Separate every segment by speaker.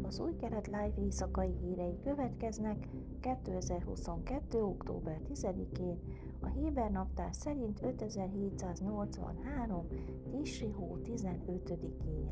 Speaker 1: Az Új Kelet Live éjszakai hírei következnek 2022. október 10-én, a héber naptár szerint 5783. Tisri hó 15-én.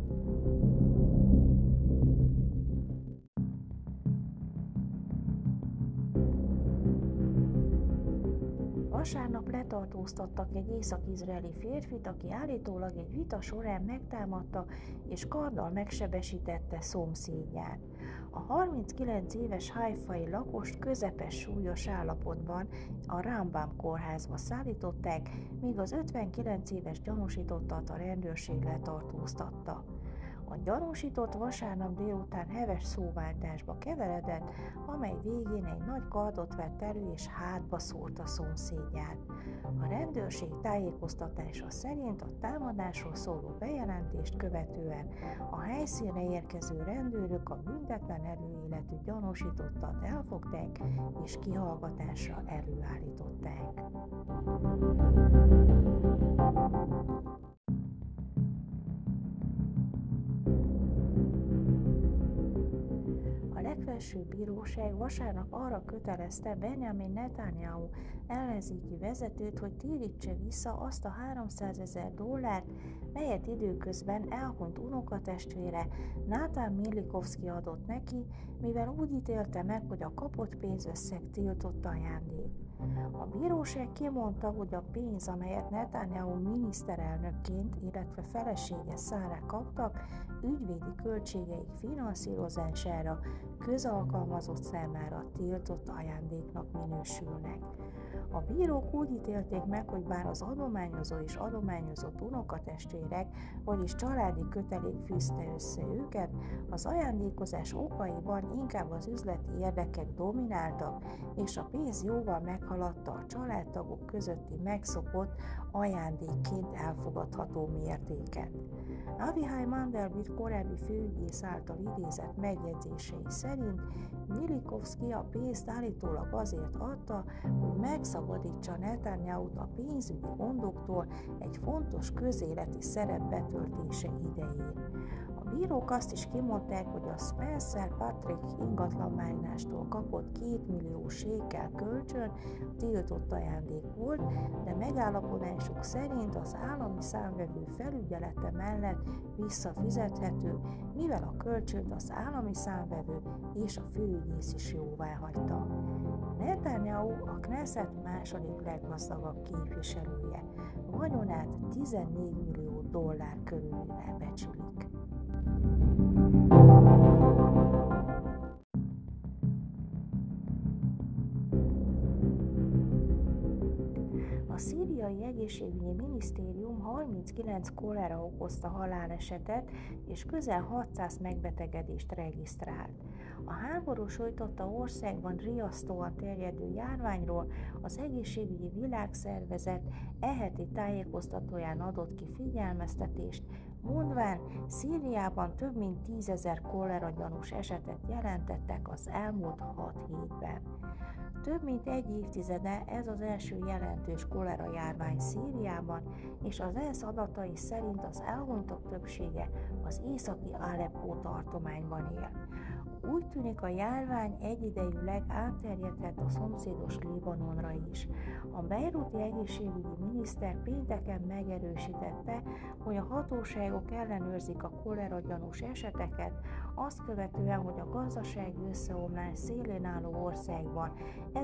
Speaker 1: Vasárnap letartóztattak egy észak-izraeli férfit, aki állítólag egy vita során megtámadta és karddal megsebesítette szomszédját. A 39 éves haifai lakost közepes súlyos állapotban a Rambam kórházba szállították, míg az 59 éves gyanúsítottat a rendőrség letartóztatta. A gyanúsított vasárnap délután heves szóváltásba keveredett, amely végén egy nagy kardot vett elő és hátba szúrta szomszédját. A rendőrség tájékoztatása szerint a támadásról szóló bejelentést követően a helyszínre érkező rendőrök a büntetlen előéletű gyanúsítottat elfogták és kihallgatásra előállították. A legfelsőbb bíróság vasárnap arra kötelezte Benjamin Netanyahu ellenzéki vezetőt, hogy térítse vissza azt a $300,000, melyet időközben elhunyt unokatestvére Natan Milikovski adott neki, mivel úgy ítélte meg, hogy a kapott pénzösszeg tiltott ajándék. A bíróság kimondta, hogy a pénz, amelyet Netanyahu miniszterelnökként, illetve felesége Szára kaptak, ügyvédi költségeik finanszírozására közalkalmazott számára tiltott ajándéknak minősülnek. A bírók úgy ítélték meg, hogy bár az adományozó és adományozott unokatestvérek, vagyis családi kötelék fűzte össze őket, az ajándékozás okaiban inkább az üzleti érdekek domináltak, és a pénz jóval meghaladta a családtagok közötti megszokott ajándékként elfogadható mértéket. Avihai Mandelblit korábbi főügyész által idézett megjegyzései szerint Milikovski a pénzt állítólag azért adta, hogy megszabadítsa Netanyahut a pénzügyi gondoktól egy fontos közéleti szerep betöltése idején. A bírók azt is kimondták, hogy a Spencer Patrick ingatlanmágnástól kapott 2 millió sékel kölcsön tiltott ajándék volt, de megállapodásuk szerint az állami számvevő felügyelete mellett visszafizethető, mivel a kölcsönt az állami számvevő és a főügyész is jóváhagyta. Netanyahu a Knesset második leggazdagabb képviselője, vagyonát $14 millió körülire becsülik. A szíriai egészségügyi minisztérium 39 kolera okozta halálesetet és közel 600 megbetegedést regisztrált. A háború sújtotta országban riasztóan terjedő járványról az Egészségügyi Világszervezet heti tájékoztatóján adott ki figyelmeztetést, mondván Szíriában több mint 10.000 koleragyanús esetet jelentettek az elmúlt 6 hétben. Több mint egy évtizede ez az első jelentős kolera járvány Szíriában, és az ENSZ adatai szerint az elhunytak többsége az északi Aleppó tartományban él. Úgy tűnik, a járvány egyidejűleg átterjedhet a szomszédos Libanonra is. A beiruti egészségügyi miniszter pénteken megerősítette, hogy a hatóságok ellenőrzik a koleragyanús eseteket, azt követően, hogy a gazdasági összeomlás szélén álló országban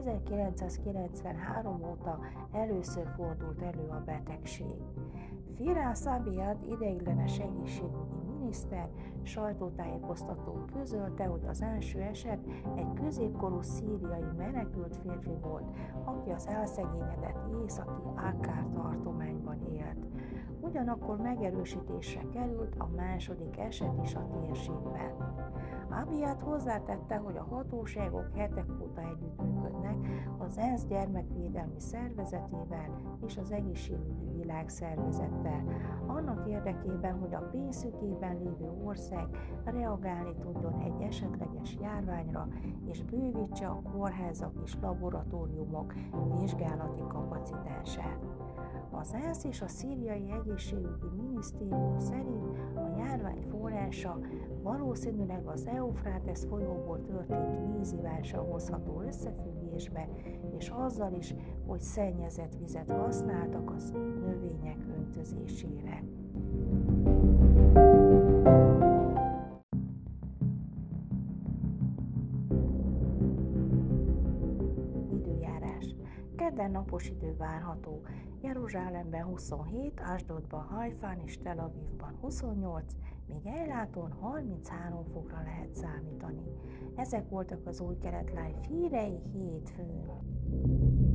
Speaker 1: 1993 óta először fordult elő a betegség. Firas Abiad ideiglenes egészségügyi miniszter sajtótájékoztatón közölte, hogy az első eset egy középkorú szíriai menekült férfi volt, aki az elszegényedett északi Akkár tartományban élt. Ugyanakkor megerősítésre került a második eset is a térségben. Abiad hozzátette, hogy a hatóságok hetek óta együttműködnek az az ENSZ gyermekvédelmi szervezetével és az egészségügyi világszervezettel, annak érdekében, hogy a pénzszükében lévő ország reagálni tudjon egy esetleges járványra, és bővítse a kórházak és laboratóriumok vizsgálati kapacitását. Az ENSZ és a szíriai egészségügyi minisztérium szerint a járvány forrása valószínűleg az Eufrátesz folyóból történt vízivással hozható összefüggésbe, és azzal is, hogy szennyezett vizet használtak az növények öntözésére. Időjárás. Kedden napos idő várható. Jeruzsálemben 27, Asdodban, Hajfán és Tel Avivban 28, míg Eiláton 33 fokra lehet számítani. Ezek voltak az új kelet live hírei hétfőn.